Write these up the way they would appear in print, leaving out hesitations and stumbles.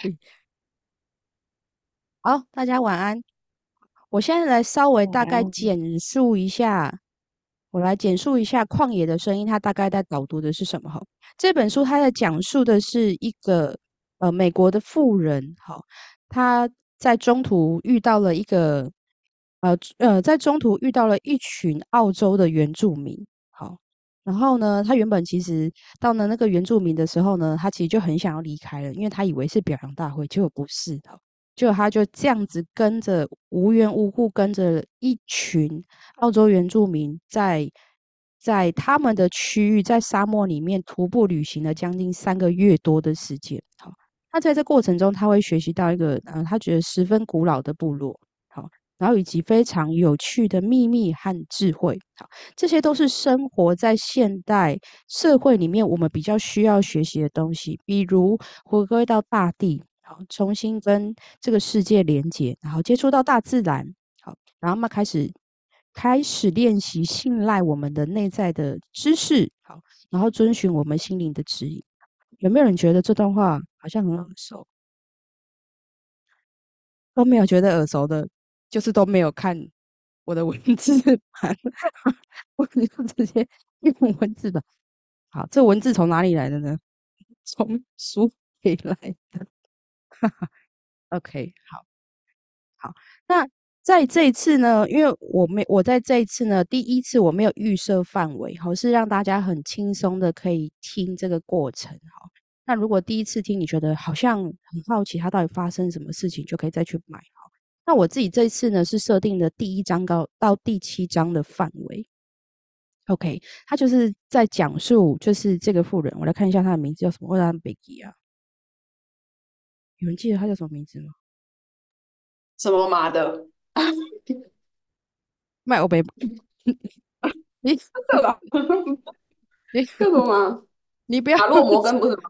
好，大家晚安。我现在来稍微大概晚安。 简述一下，我来简述一下《旷野的声音》，它大概在导读的是什么？哈，这本书它在讲述的是一个美国的富人，好，他在中途遇到了一个在中途遇到了一群澳洲的原住民，好，然后呢，他原本其实到了那个原住民的时候呢，他其实就很想要离开了，因为他以为是表扬大会，结果不是的。结果他就这样子跟着无缘无故跟着一群澳洲原住民在他们的区域，在沙漠里面徒步旅行了将近3个月多的时间。好，那在这过程中，他会学习到一个他觉得十分古老的部落。好，然后以及非常有趣的秘密和智慧。好，这些都是生活在现代社会里面我们比较需要学习的东西，比如回归到大地。好，重新跟这个世界连接，然后接触到大自然，好，然后慢慢开始练习信赖我们的内在的知识，好，然后遵循我们心灵的指引。有没有人觉得这段话好像很耳熟？都没有觉得耳熟的，就是都没有看我的文字版，我就直接用文字版。好，这文字从哪里来的呢？从书里来的。OK，好。好，那在这一次呢，因为我在这一次呢，第一次我没有预设范围，好，是让大家很轻松的可以听这个过程，好。那如果第一次听，你觉得好像很好奇它到底发生什么事情，就可以再去买，好。那我自己这一次呢，是设定的第一章到第7章的范围，OK，他就是在讲述，就是这个妇人，我来看一下他的名字叫什么，我让他北吉啊，有人记得他叫什么名字吗？ 什么马的？ 麦欧北，你对吧？ 你叫什么马？ 你不要马洛摩根不是吗？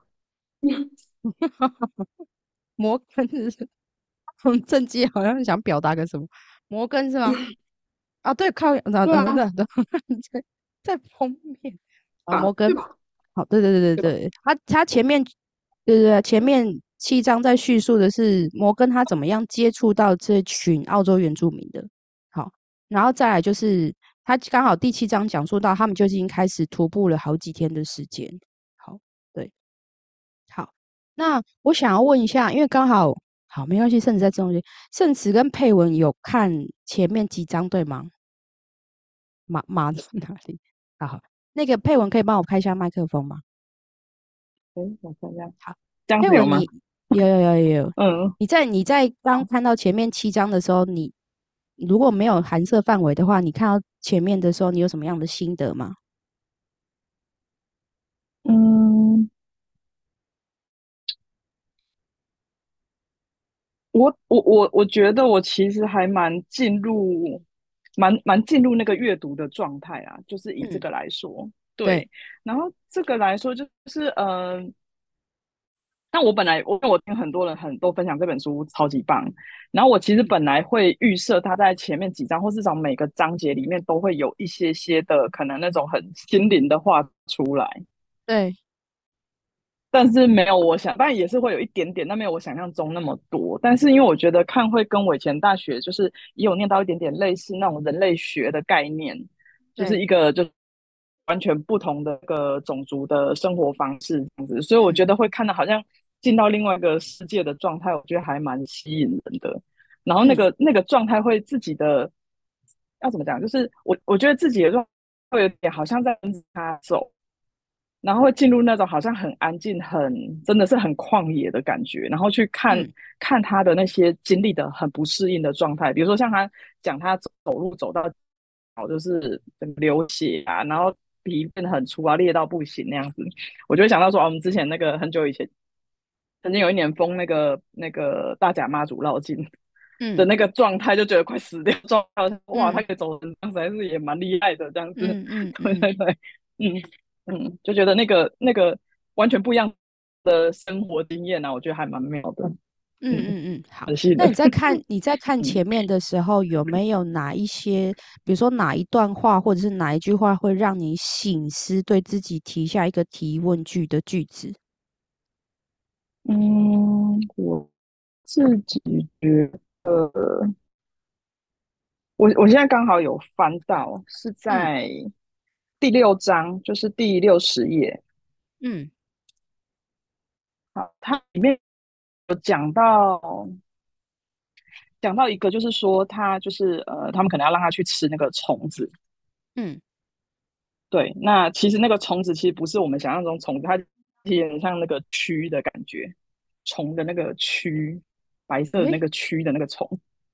摩根是政绩好像想表达个什么？摩根是吗？啊，对，靠， 对啊， 在在封面啊，摩根， 对吧？ 好，对对对对对吧？ 对，他前面，对对对，前面7章在叙述的是摩根他怎么样接触到这群澳洲原住民的，好，然后再来就是他刚好第7章讲述到他们就已经开始徒步了好几天的时间，好，对。好，那我想要问一下，因为刚好好没关系，圣子在中间，圣子跟佩文有看前面几章对吗？马在哪里？好好，那个佩文可以帮我开一下麦克风吗？ 我看一下， 好， 这样佩文子有吗？ 有， 嗯， 你在刚好。 看到前面7章的时候，你如果没有含色范围的话，你看到前面的时候，你有什么样的心得吗？ 嗯，我觉得我其实还蛮进入那个阅读的状态啊，就是以这嗯， 个来说， 对， 对。然后这个来说就是但我本来我听很多人都分享这本书超级棒，然后我其实嗯， 本来会预设它在前面几章或至少每个章节里面都会有一些些的可能那种很心灵的话出来， 对， 但是没有我想，当然也是会有一点点，但没有我想象中那么多。但是因为我觉得看会跟我以前大学就是也有念到一点点类似那种人类学的概念，就是对， 一个就完全不同的一个种族的生活方式这样子，所以我嗯觉得会看到好像进到另外一个世界的状态，我觉得还蛮吸引人的。然后那嗯个那个状态会自己的要怎么讲，就是我觉得自己的状态会有点好像在跟着他走。然后会进入那种好像很安静、真的是很旷野的感觉，然后去看嗯看他的那些经历的很不适应的状态，比如说像他讲他走路走到脚就是流血啊，然后皮变得很粗啊，裂到不行那样子，我就会想到说，我们之前那个很久以前，曾经有一年封那个大甲妈祖绕境的嗯那个状态，就觉得快死掉状态，哇，他嗯可以走成这样，实在是也蛮厉害的这样子， 嗯嗯嗯对对对，嗯。就觉得那个完全不一样的生活经验啊，我觉得还蛮妙的，嗯， 好。 很细的， 那你在看嗯前面的时候，有没有哪一些，比如说哪一段话，或者是哪一句话，会让你醒思，对自己提下一个提问句的句子？ 嗯， 自己觉得，我现在刚好有翻到，是嗯在第6章，就是第60页。 嗯好，它里面有讲到一个，就是说他就是他们可能要让他去吃那个虫子。 嗯， 对，那其实那个虫子其实不是我们想象中虫子，它其实有点像那个蛆的感觉，虫的那个蛆，白色的那诶， 个蛆的那个虫。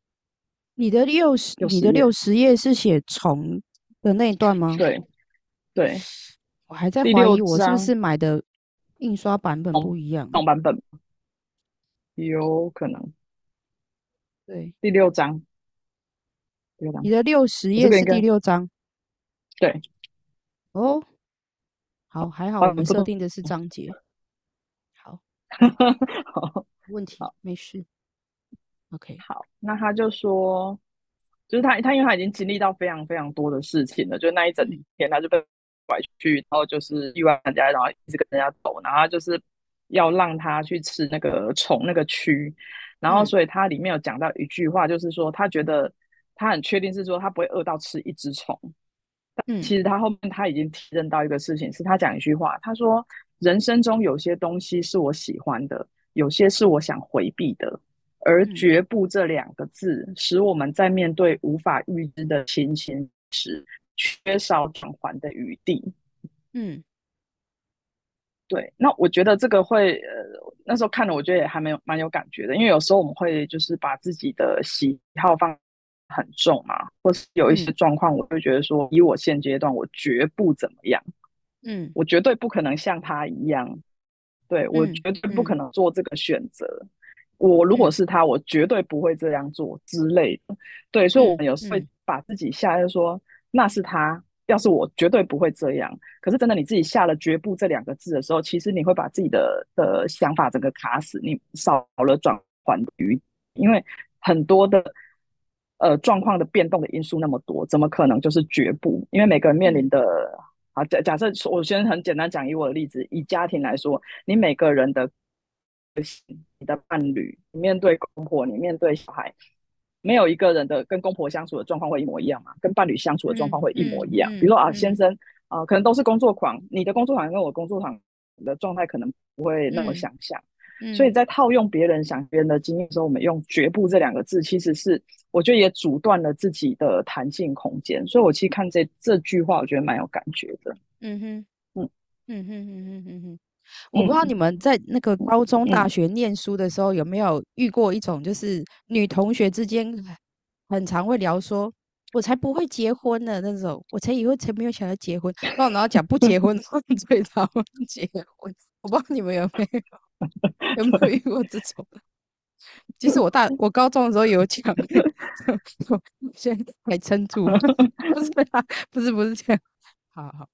六你的十页， 60页是写虫的那一段吗？ 对对， 我还在第六怀疑我是不章是买的印刷版本不一样。 同版本有可能。 对， 第6章，第六章， 你的60页是第我这个应该 6章对。 哦。好，还好我们不多。 设定的是章节。好， 好没问题， 好没事。OK。 好，那他就说，就是他因为他已经经历到非常非常多的事情了，就那一整嗯天他就被拐去，然后就是意外人家，然后一直跟人家走，然后他就是要让他去吃那个虫那个蛆，然后嗯所以他里面有讲到一句话，就是说他觉得他很确定是说他不会饿到吃一只虫。 嗯其实他后面他已经体认到一个事情，是他讲一句话，他说人生中有些东西是我喜欢的，有些是我想回避的，而嗯绝不这2个字，使我们在面对无法预知的情形时，缺少转圜的余地。 嗯对，那我觉得这个会，那时候看了，我觉得也还蛮有感觉的，因为有时候我们会就是把自己的喜好放很重嘛，或是有一些嗯状况，我会觉得说，以我现阶段，我绝不怎么样， 嗯我绝对不可能像他一样，对，我嗯绝对不可嗯能做这个选择。我如果嗯是他，我绝对不会这样做之类的。对，所以我们有时候会嗯把自己下，就说那是他，要是我绝对不会这样。可是真的你自己下了"绝不"这2个字的时候，其实你会把自己的想法整个卡死，你少了转换余，因为很多的状况的变动的因素那么多，怎么可能就是绝不？因为每个人面临嗯的啊，假设我先很简单讲，以我的例子，以家庭来说，你每个人的你的伴侣，你面对公婆，你面对小孩，没有一个人的跟公婆相处的状况会一模一样嘛？跟伴侣相处的状况会一模一样。比如说啊，先生可能都是工作狂，你的工作狂跟我工作狂的状态可能不会那么嗯相像。所以嗯在套用别人的经验的时候，我们用"绝不"这2个字，其实是我觉得也阻断了自己的弹性空间。所以我其实看这句话，我觉得蛮有感觉的。 嗯哼嗯嗯哼嗯哼嗯哼。我不知道你嗯们在那个高中、大嗯， 学念书的时候有没有遇过一种，就是女同学之间很常会聊说，我才不会结婚呢那种，我才以后才没有想要结婚，然后讲不结婚，最讨厌结婚。我不知道你们有没有遇过这种？其实我高中的时候有讲，我现在还撑住，不是啊，不是这样。好好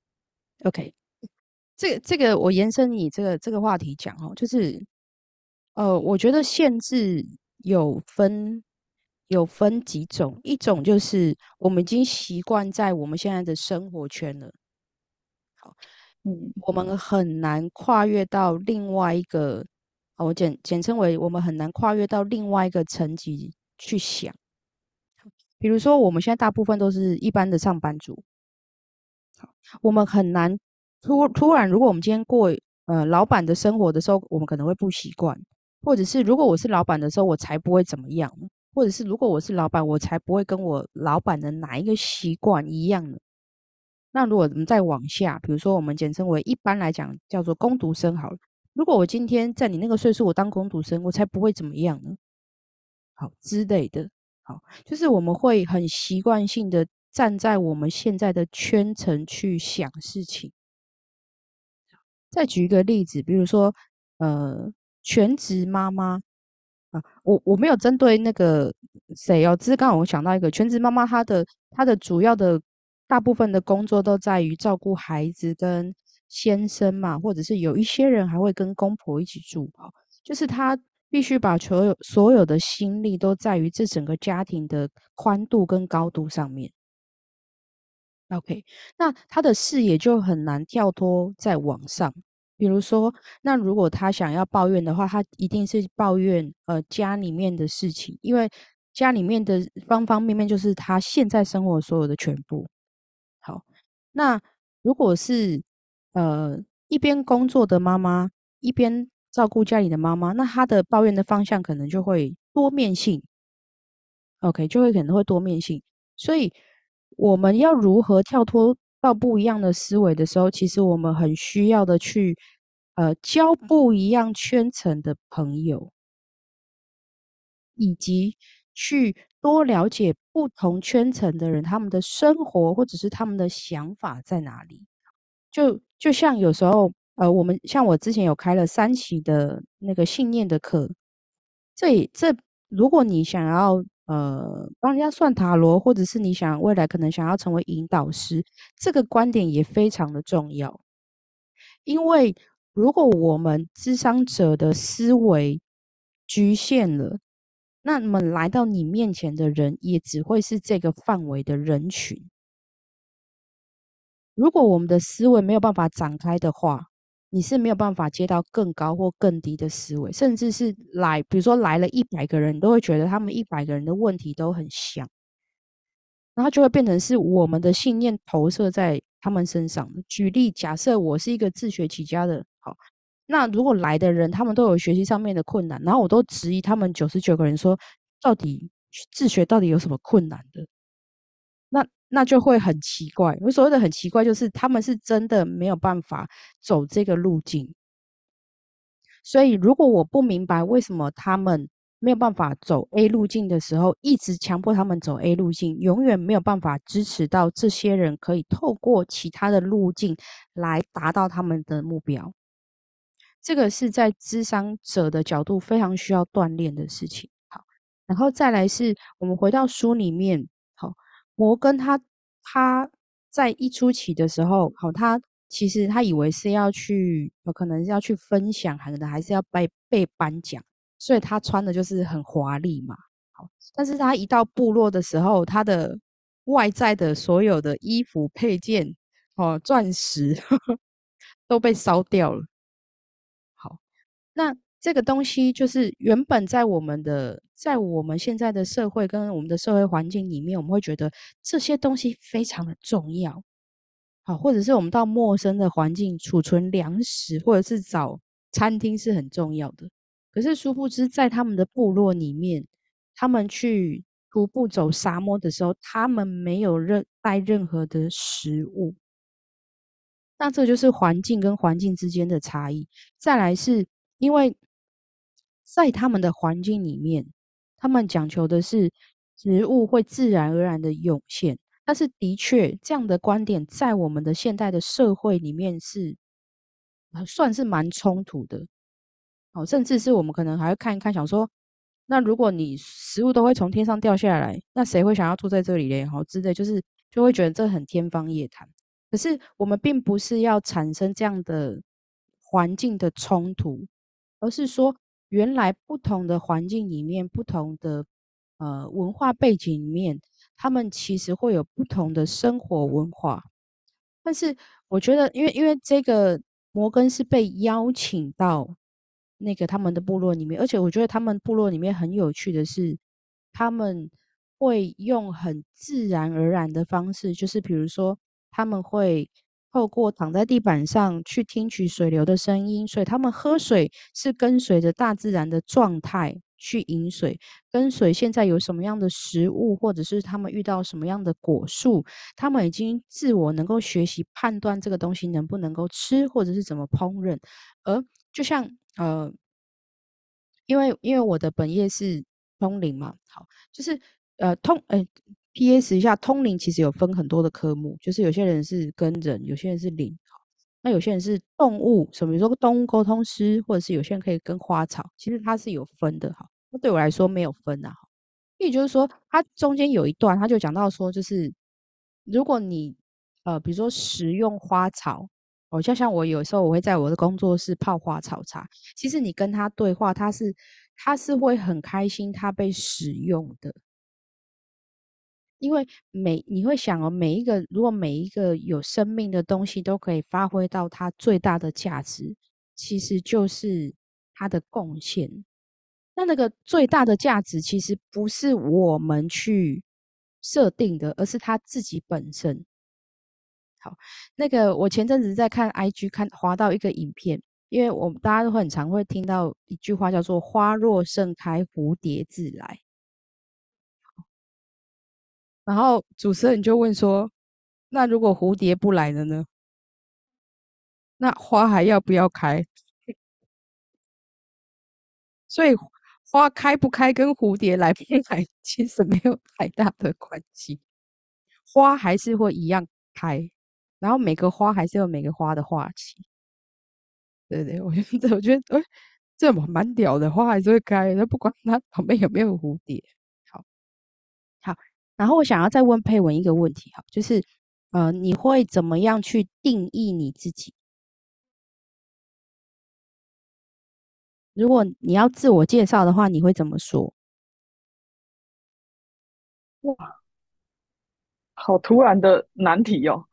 ，OK。这个我延伸你这个话题讲哦，就是我觉得限制有分几种，一种就是我们已经习惯在我们现在的生活圈了， 嗯我们很难跨越到另外一个，我简称为我们很难跨越到另外一个层级去想。比如说，我们现在大部分都是一般的上班族，我们很难突然，如果我们今天过老板的生活的时候，我们可能会不习惯，或者是如果我是老板的时候，我才不会怎么样，或者是如果我是老板，我才不会跟我老板的哪一个习惯一样呢？那如果我们再往下，比如说我们简称为一般来讲叫做工读生好了。如果我今天在你那个岁数，我当工读生，我才不会怎么样呢？好之类的，好，就是我们会很习惯性的站在我们现在的圈层去想事情。再举一个例子，比如说，呃，全职妈妈啊，我没有针对那个谁哦，只是刚好我想到一个全职妈妈，她的主要的大部分的工作都在于照顾孩子跟先生嘛，或者是有一些人还会跟公婆一起住啊，就是她必须把所有的心力都在于这整个家庭的宽度跟高度上面。OK，那她的视野就很难跳脱在网上。 比如说，那如果他想要抱怨的话，他一定是抱怨家里面的事情，因为家里面的方方面面就是他现在生活所有的全部。好，那如果是呃一边工作的妈妈，一边照顾家里的妈妈，那她的抱怨的方向可能就会多面性。OK，就会可能会多面性。所以我们要如何跳脱到不一样的思维的时候，其实我们很需要的去交不一样圈层的朋友，以及去多了解不同圈层的人，他们的生活或者是他们的想法在哪里。就像有时候，我们像我之前有开了3期的那个信念的课，这如果你想要帮人家算塔罗，或者是你想未来可能想要成为引导师，这个观点也非常的重要。因为如果我们咨商者的思维局限了，那么来到你面前的人也只会是这个范围的人群。如果我们的思维没有办法展开的话，你是没有办法接到更高或更低的思维，甚至是比如说来了100个人，你都会觉得他们100个人的问题都很像，然后就会变成是我们的信念投射在他们身上。举例，假设我是一个自学起家的，好，那如果来的人他们都有学习上面的困难，然后我都质疑他们99个人说，到底自学到底有什么困难的？那就会很奇怪。我所谓的很奇怪，就是他们是真的没有办法走这个路径。所以，如果我不明白为什么他们没有办法走 A 路径的时候，一直强迫他们走 A 路径，永远没有办法支持到这些人可以透过其他的路径来达到他们的目标。这个是在咨商者的角度非常需要锻炼的事情。好，然后再来是我们回到书里面，好，摩根他在一初期的时候，好，他其实他以为是要去，有可能是要去分享，可能还是要被颁奖，所以他穿的就是很华丽嘛。好，但是他一到部落的时候，他的外在的所有的衣服配件，哦，钻石都被烧掉了。好。那这个东西就是原本在我们现在的社会跟我们的社会环境里面，我们会觉得这些东西非常的重要。好，或者是我们到陌生的环境储存粮食，或者是找餐厅是很重要的。可是殊不知，在他们的部落里面，他们去徒步走沙漠的时候，他们没有带任何的食物。那这就是环境跟环境之间的差异。再来是因为在他们的环境里面，他们讲求的是植物会自然而然的涌现，但是的确这样的观点在我们的现代的社会里面是算是蛮冲突的。哦，甚至是我们可能还会看一看，想说，那如果你食物都会从天上掉下来，那谁会想要住在这里嘞？好之类，就会觉得这很天方夜谭。可是我们并不是要产生这样的环境的冲突，而是说，原来不同的环境里面，不同的文化背景里面，他们其实会有不同的生活文化。但是我觉得，因为这个摩根是被邀请到那个他们的部落里面，而且我觉得他们部落里面很有趣的是，他们会用很自然而然的方式，就是比如说他们会透过躺在地板上去听取水流的声音，所以他们喝水是跟随着大自然的状态去饮水，跟随现在有什么样的食物，或者是他们遇到什么样的果树。他们已经自我能够学习判断这个东西能不能够吃，或者是怎么烹饪。而就像因为我的本业是通灵嘛，好，就是PS 一下，通灵其实有分很多的科目，就是有些人是跟人，有些人是灵，好，那有些人是动物，比如说动物沟通师，或者是有些人可以跟花草，其实它是有分的，哈。那对我来说没有分啊，也就是说，它中间有一段，他就讲到说，就是如果你比如说食用花草，像我有时候我会在我的工作室泡花草茶，其实你跟他对话，他是会很开心，他被使用的。 因为你会想哦，如果每一个有生命的东西都可以发挥到它最大的价值，其实就是它的贡献。那个最大的价值其实不是我们去设定的，而是它自己本身。好，那个我前阵子在看 IG 滑到一个影片，因为我们大家都很常会听到一句话叫做"花若盛开，蝴蝶自来"。然后主持人就问说："那如果蝴蝶不来了呢？那花还要不要开？"所以花开不开跟蝴蝶来不来其实没有太大的关系，花还是会一样开，然后每个花还是有每个花的花期。对对，我觉得，这蛮屌的，花还是会开，那不管它旁边有没有蝴蝶。好，好，然后我想要再问佩文一个问题，哈，就是你会怎么样去定义你自己？如果你要自我介绍的话，你会怎么说？ 哇，好突然的难题哦。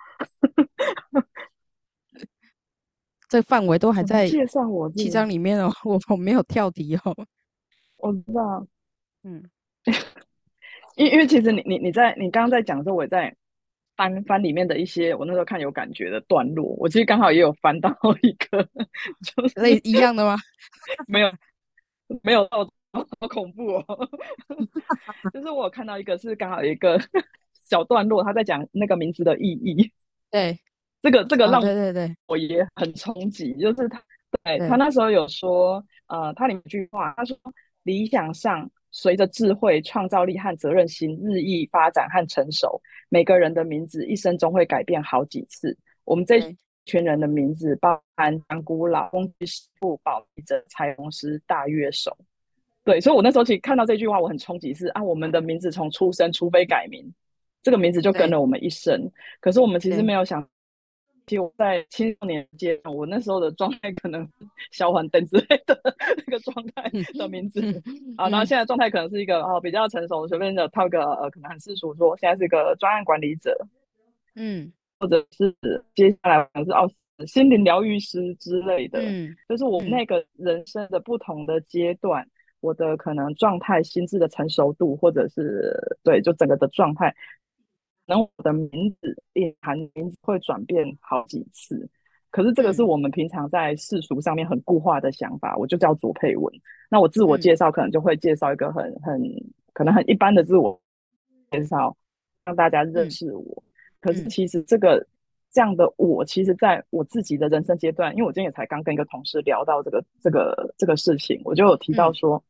这范围都还怎么在介绍我自己？ 七章里面哦，我没有跳题哦。 我知道， 嗯， 因为其实你刚刚在讲的时候，我也在翻翻里面的一些我那时候看有感觉的段落，我其实刚好也有翻到一个，就是一样的吗？ 没有没有到好恐怖哦，就是我有看到一个是刚好有一个小段落，他在讲那个名字的意义， 对， 这个让对对对我也很冲击，就是他对那时候有说，他里面有句话，他说理想上，随着智慧、创造力和责任心日益发展和成熟，每个人的名字一生中会改变好几次。我们这对， 群人的名字包含长古老、工具师傅、保利者、裁缝师、大乐手。对，所以我那时候其实看到这句话，我很冲击是啊，我们的名字从出生，除非改名，这个名字就跟对了我们一生。可是我们其实对， 没有想，其实我在青少年阶段，我那时候的状态可能是小黄灯之类的那个状态嗯的名字嗯啊，然后嗯现在状态可能是一个比较成熟，随便的套个可能很世俗说，现在是一个专案管理者， 嗯接下来可能是心灵疗愈师之类的， 嗯就是我嗯那个人生的不同的阶段，我的可能状态、心智的成熟度，或者是对，就整个的状态，然后我的名字隐含名字会转变好几次。可是这个是嗯我们平常在世俗上面很固化的想法，我就叫左佩文。那我自我嗯介绍可能就会介绍一个可能很一般的自我介绍，让大家认嗯识我。可是嗯其实这样的我，其实在我自己的人生阶段，因为我今天也才刚跟一个同事聊到这个事情，我就有提到嗯说，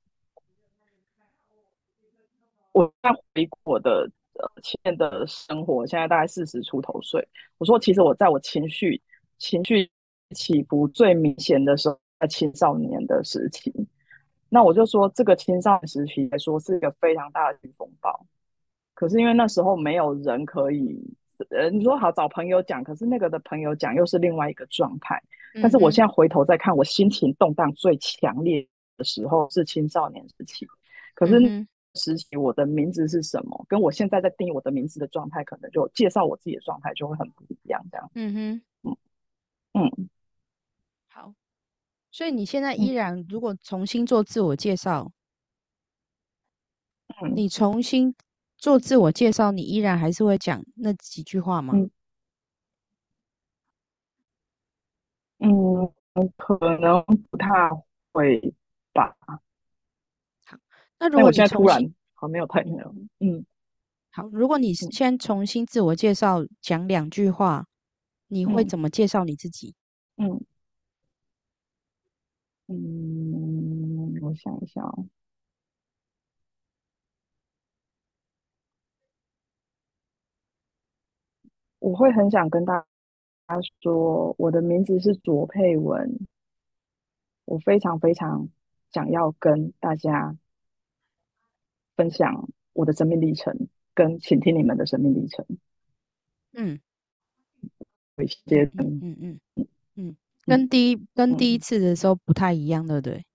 我在回顾我的前面的生活，现在大概40出头岁。我说，其实我在我情绪起伏最明显的时候，在青少年的时期。那我就说，这个青少年时期来说是一个非常大的风暴。可是因为那时候没有人可以，你说好找朋友讲，可是那个的朋友讲又是另外一个状态。但嗯哼是我现在回头再看，我心情动荡最强烈的时候是青少年时期。可是嗯哼时期我的名字是什么，跟我现在在定义我的名字的状态，可能就介绍我自己的状态就会很不一样。这样， 嗯哼， 嗯嗯好。所以你现在依嗯然，如果重新做自我介绍， 嗯你重新做自我介绍，你依然还是会讲那几句话吗？ 嗯嗯，可能不太会吧。 好，那如但我果你现在突然重新好没有太没有，嗯好，如果你嗯先重新自我介绍，讲2句话，你会嗯怎么介绍你自己？ 嗯。我想一下哦，我会很想跟大家说，我的名字是左佩文，我非常非常想要跟大家分享我的生命历程，跟倾听你们的生命历程。 嗯有一嗯些嗯嗯嗯嗯， 嗯跟第一嗯次的时候不太一样，对不对？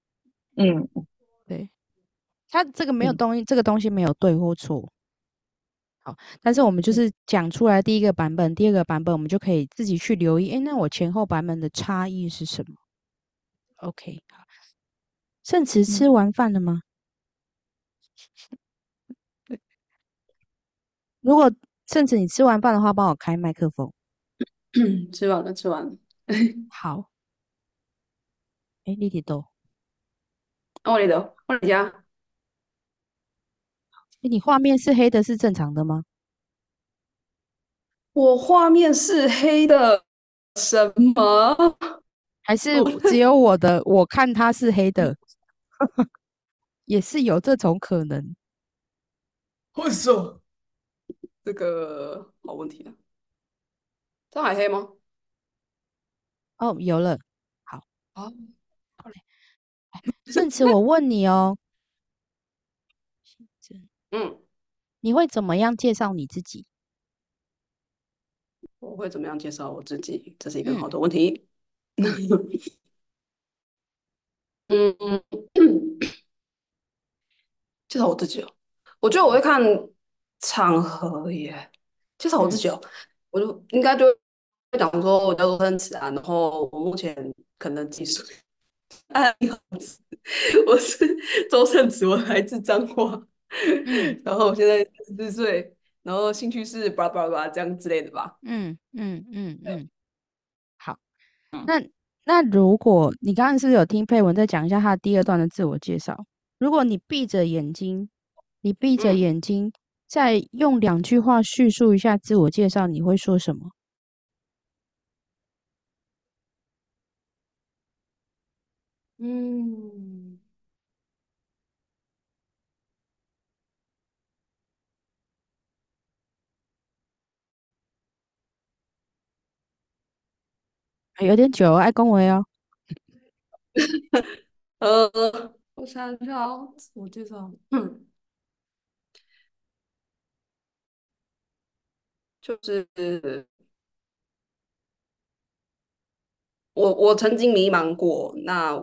嗯对，它这个没有嗯东西，这个东西没有对或错， 好，但是我们就嗯是讲出来第一个版本，第二个版本，我们就可以自己去留意，诶，那我前后版本的差异是什么？OK，好，圣慈吃嗯， 完饭了吗？如果圣慈你吃完饭的话，帮我开麦克风。 吃完了，吃完了。 好，诶，丽丽豆， 我里的，我里家， 诶，你画面是黑的，是正常的吗？ 我画面是黑的，什么？ 还是我只有我的，我看它是黑的，也是有这种可能。 为什么？这个好问题啊！这样还黑吗？ 哦，有了，好， 啊， 好嘞。圣慈，我问你哦， 嗯， 你会怎么样介绍你自己？ 我会怎么样介绍我自己？这是一个好嗯的问题。 嗯嗯，介绍我自己哦。我觉得我会看场合耶。介绍我自嗯己哦，我就应该就会讲说，我叫做申慈啊，然后我目前可能几岁？哎，我是周胜子，我来自彰化， 嗯然后我现在34岁，然后兴趣是巴拉巴拉巴拉这样之类的吧。 嗯，好。 嗯那如果你刚刚是不是有听佩文再讲一下他第二段的自我介绍？如果你闭着眼睛，你闭着嗯眼睛，再用2句话叙述一下自我介绍，你会说什么？ 嗯， 有点久哦，爱恭维哦。 我想一下哦，自我介绍，就是我曾经迷茫过，那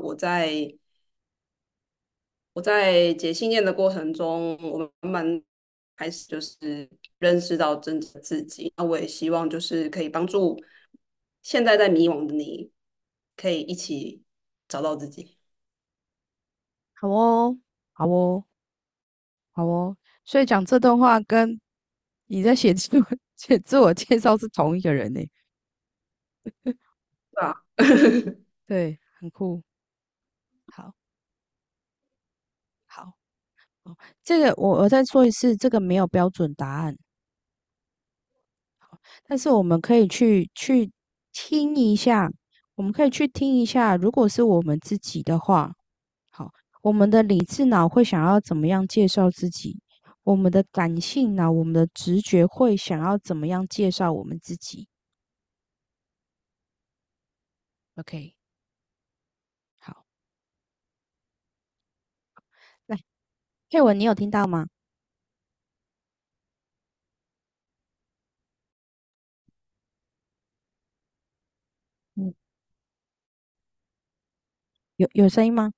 我在解信念的过程中，我慢慢开始就是认识到真正的自己。那我也希望就是可以帮助现在在迷惘的你，可以一起找到自己。 好哦，好哦，好哦。所以讲这段话跟你在写自我介绍是同一个人呢。 对啊， 对，很酷。好，好，哦，这个我再说一次，这个没有标准答案。但是我们可以去听一下，我们可以去听一下，如果是我们自己的话，好，我们的理智脑会想要怎么样介绍自己？我们的感性脑，我们的直觉会想要怎么样介绍我们自己？OK，好，来，佩文，你有听到吗？ 嗯， 有声音吗？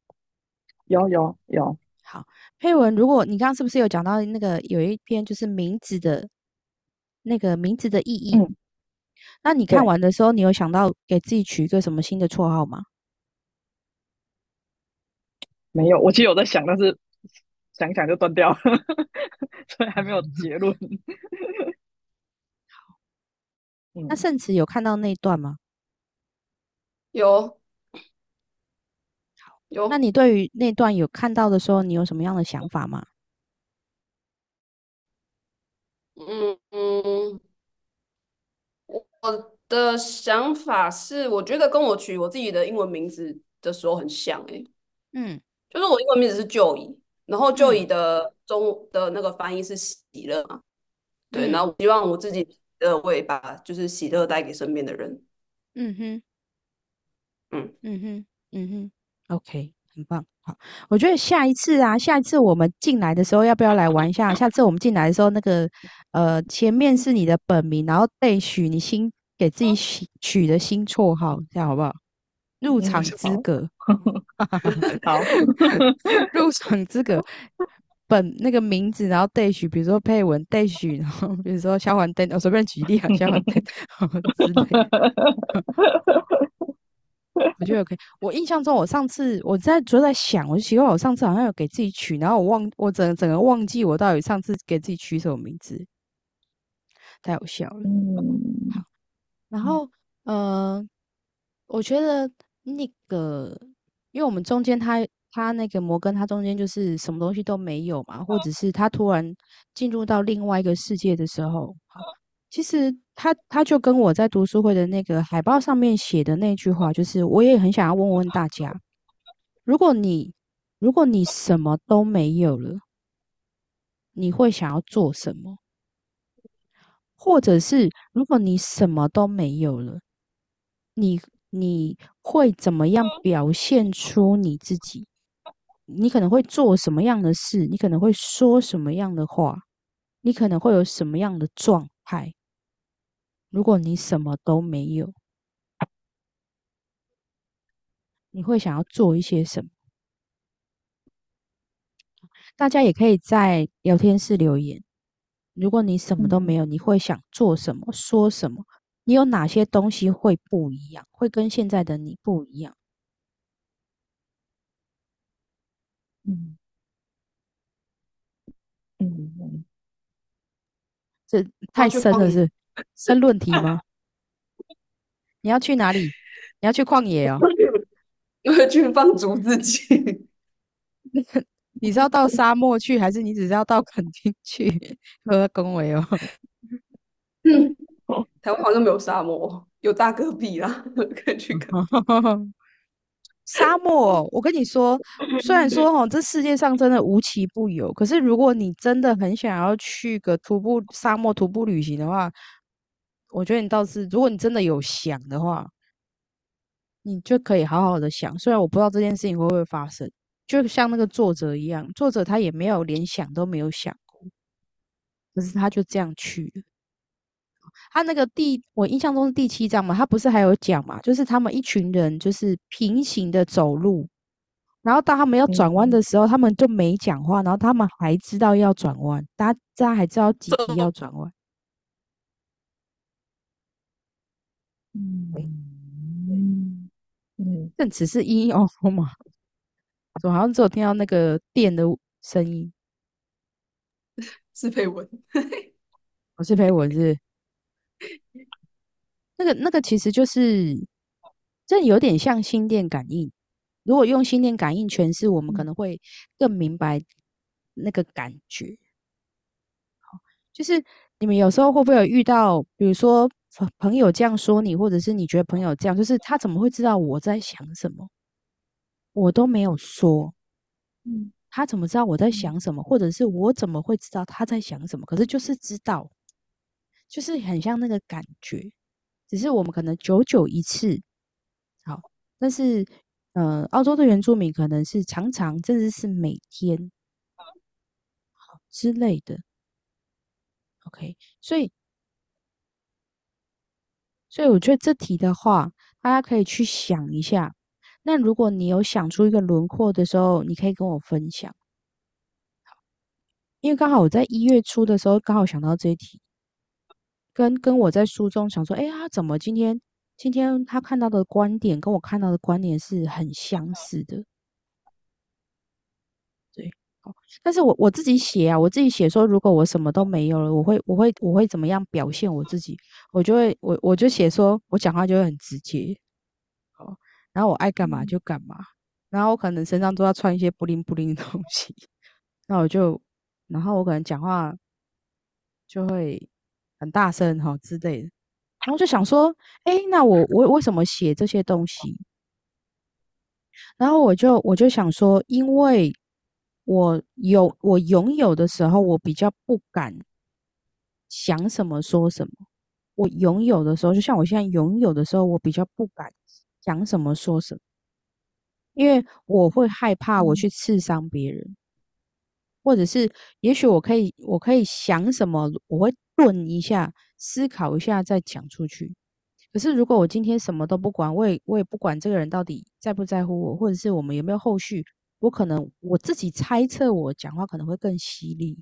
有， 好，佩文，如果你刚刚是不是有讲到那个有一篇就是名字的那个名字的意义？ 嗯， 那你看对， 完的时候，你有想到给自己取一个什么新的绰号吗？ 没有，我其实有在想，但是想一想就断掉了，所以还没有结论。 那嗯， 圣慈有看到那一段吗？ 有那有， 你对于那段有看到的时候，你有什么样的想法吗？ 嗯嗯，我的想法是，我觉得跟我取我自己的英文名字的时候很像诶、 嗯就是我英文名字是 Joy，然后嗯 Joy 的中的那个翻译是喜乐嘛，对，然嗯后我希望我自己的我也把就是喜乐带给身边的人， 嗯哼嗯， 嗯哼嗯哼，OK，很棒。好，我觉得下一次我们进来的时候，要不要来玩一下？下次我们进来的时候，那个前面是你的本名，然后备取你给自己取的新绰号，这样好不好？入场资好， 格， 好， 入场资格， 本那个名字，然后 dash，比如说佩文 dash，然后比如说消防灯，我随便举例啊，消防灯之类的。我觉得 OK。我印象中，我上次就在想，我就奇怪，我上次好像有给自己取，然后我整个忘记我到底上次给自己取什么名字，太好笑了。好， 嗯然后呃，我觉得那个，因为我们中间他那个摩根，他中间就是什么东西都没有嘛，或者是他突然进入到另外一个世界的时候，好，其实他就跟我在读书会的那个海报上面写的那句话，就是我也很想要问问大家，如果你如果你什么都没有了，你会想要做什么？或者是如果你什么都没有了，你你会怎么样表现出你自己？你可能会做什么样的事？你可能会说什么样的话？你可能会有什么样的状态？如果你什么都没有，你会想要做一些什么？大家也可以在聊天室留言。如果你什么都没嗯有，你会想做什么？说什么？你有哪些东西会不一样？会跟现在的你不一样？ 嗯嗯这我要太去旷野， 深了是？申论题吗？你要去哪里？你要去旷野哦？ 因为去放逐自己。 你是要到沙漠去，还是你只是要到垦丁去？和恭维哦。 嗯，台湾好像没有沙漠，有大戈壁啦，可以去垦丁。 沙漠哦，我跟你说，虽然说哦，这世界上真的无奇不有，可是如果你真的很想要去个沙漠徒步旅行的话，我觉得你倒是，如果你真的有想的话，你就可以好好的想。虽然我不知道这件事情会不会发生，就像那个作者一样，作者他也没有连想都没有想过，可是他就这样去了。他那个我印象中是第7章嘛，他不是还有讲嘛，就是他们一群人就是平行的走路，然后当他们要转弯嗯的时候，他们就没讲话，然后他们还知道要转弯，大家还知道几题要转弯。对对， 嗯嗯但只是音哦嘛，我好像只有听到那个电的声音。 是配文。 我是裴文是那个其实就是这有点像心电感应。如果用心电感应诠释，我们可嗯能会更明白那个感觉。就是你们有时候会不会有遇到，比如说朋友这样说你，或者是你觉得朋友这样，就是他怎么会知道我在想什么？我都没有说， 嗯他怎么知道我在嗯想什么？或者是我怎么会知道他在想什么？可是就是知道，就是很像那个感觉，只是我们可能久久一次，好，但是澳洲的原住民可能是常常，甚至是每天之类的。OK，所以我觉得这题的话，大家可以去想一下。那如果你有想出一个轮廓的时候，你可以跟我分享，因为刚好我在1月初的时候刚好想到这一题，跟我在书中想说，哎呀，怎么今天他看到的观点跟我看到的观点是很相似的，对。好，但是我自己写啊，我自己写说，如果我什么都没有了，我会怎么样表现我自己？我就写说，我讲话就会很直接，哦，然后我爱干嘛就干嘛，然后我可能身上都要穿一些布灵布灵的东西，那我就，然后我可能讲话就会很大声哈之类的，然后就想说，诶，那我为什么写这些东西？然后我就想说，因为我拥有的时候，我比较不敢想什么说什么。我拥有的时候，就像我现在拥有的时候，我比较不敢讲什么说什么。因为我会害怕我嗯去刺伤别人，或者是也许我可以想什么，我会顿一下，思考一下再讲出去。可是如果我今天什么都不管，我也不管这个人到底在不在乎我，或者是我们有没有后续， 我可能我自己猜测我讲话可能会更犀利。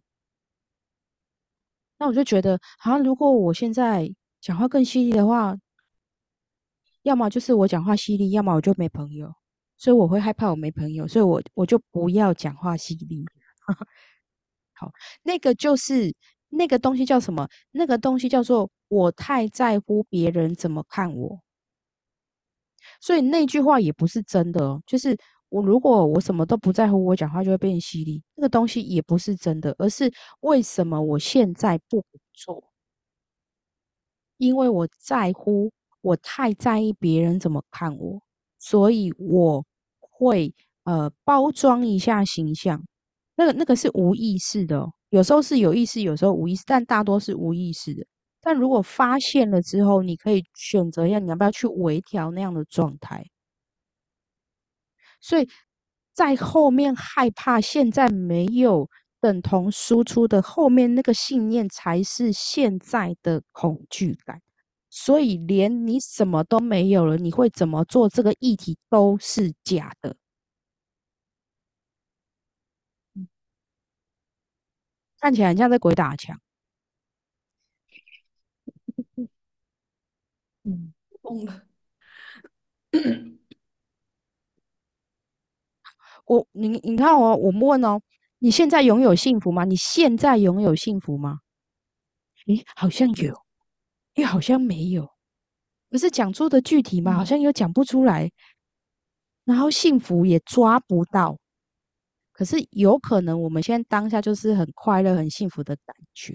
那我就觉得，好像如果我现在讲话更犀利的话，要么就是我讲话犀利，要么我就没朋友。所以我会害怕我没朋友，所以我就不要讲话犀利。好，那个就是那个东西叫什么？那个东西叫做我太在乎别人怎么看我。所以那句话也不是真的哦，就是如果我什么都不在乎，我讲话就会变犀利。那个东西也不是真的，而是为什么我现在不做？因为我在乎，我太在意别人怎么看我，所以我会包装一下形象。那个是无意识的哦，有时候是有意识，有时候无意识，但大多是无意识的。但如果发现了之后，你可以选择一下，你要不要去微调那样的状态。所以在后面害怕现在没有等同输出的后面那个信念，才是现在的恐惧感。所以连你什么都没有了，你会怎么做这个议题都是假的。看起来很像在鬼打墙。 嗯疯了。 你看哦，我们问哦，你现在拥有幸福吗？你现在拥有幸福吗？诶，好像有，又好像没有。可是讲出的具体吗？好像又讲不出来。然后幸福也抓不到。可是有可能我们现在当下就是很快乐、很幸福的感觉。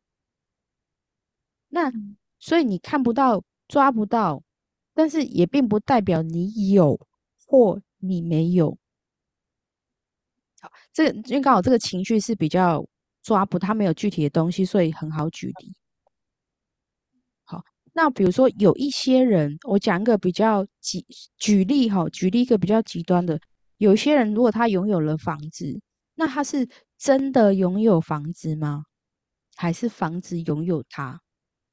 那所以你看不到、抓不到，但是也并不代表你有或你没有。好，这个因为刚好这个情绪是比较抓不，它没有具体的东西，所以很好举例。好，那比如说有一些人，我讲一个比较举例哈，举例一个比较极端的，有些人如果他拥有了房子，那他是真的拥有房子吗？还是房子拥有他？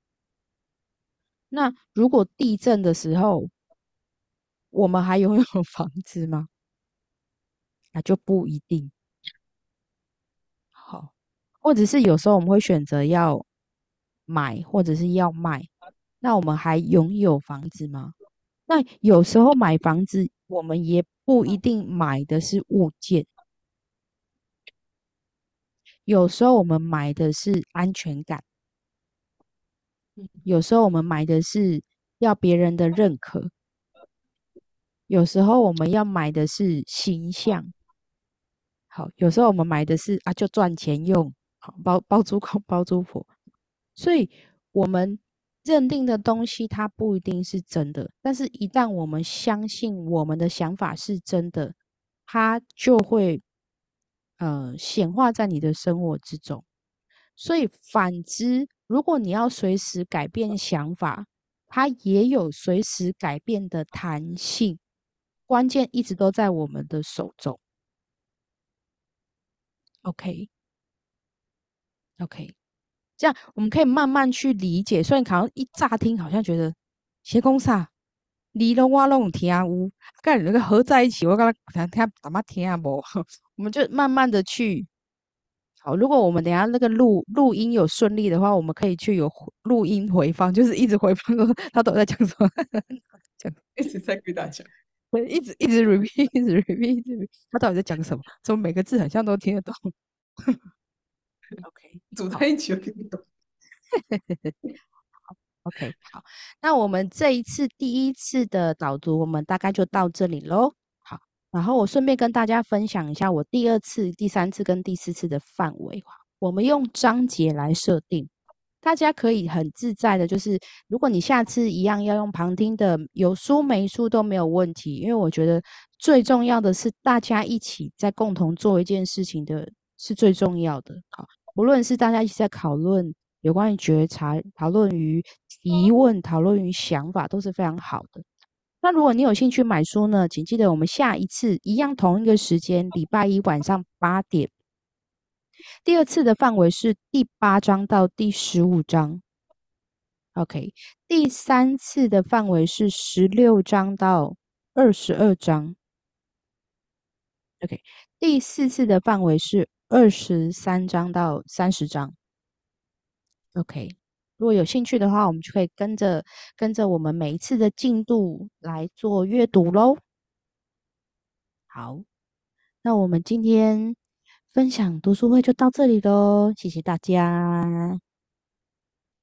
那如果地震的时候，我们还拥有房子吗？那就不一定。好，或者是有时候我们会选择要买，或者是要卖，那我们还拥有房子吗？那有时候买房子，我们也不一定买的是物件，有时候我们买的是安全感，有时候我们买的是要别人的认可，有时候我们要买的是形象。好，有时候我们买的是啊，就赚钱用，好包租公包租婆。所以我们认定的东西，它不一定是真的，但是一旦我们相信我们的想法是真的，它就会显化在你的生活之中。所以反之，如果你要随时改变想法，它也有随时改变的弹性，关键一直都在我们的手中。OK OK。这样我们可以慢慢去理解。虽然好像一乍听好像觉得斜公啥，你拢我拢有听有，跟你那个合在一起，我刚刚听怎么听啊不？我们就慢慢的去。好，如果我们等一下那个录音有顺利的话，我们可以去有录音回放，就是一直回放说他都在讲什么，讲一直在跟大家讲， 对一直 repeat，一直 repeat，一直 repeat，他到底在讲什么？怎么每个字好像都听得懂？OK，好。 组在一起又听不懂。 OK，好，那我们这一次第一次的导读，我们大概就到这里喽。好，然后我顺便跟大家分享一下我第二次、第三次跟第四次的范围。我们用章节来设定，大家可以很自在的，就是如果你下次一样要用旁听的，有书没书都没有问题，因为我觉得最重要的是大家一起在共同做一件事情的是最重要的。好，无论是大家一起在讨论有关于觉察、讨论于提问、讨论于想法，都是非常好的。那如果你有兴趣买书呢，请记得我们下一次一样同一个时间，礼拜一晚上8点。第二次的范围是第8章到第15章。OK，第三次的范围是16章到22章。 OK，第4次的范围是23章到30章。OK，如果有兴趣的话，我们就可以跟着我们每一次的进度来做阅读喽。好，那我们今天分享读书会就到这里喽，谢谢大家。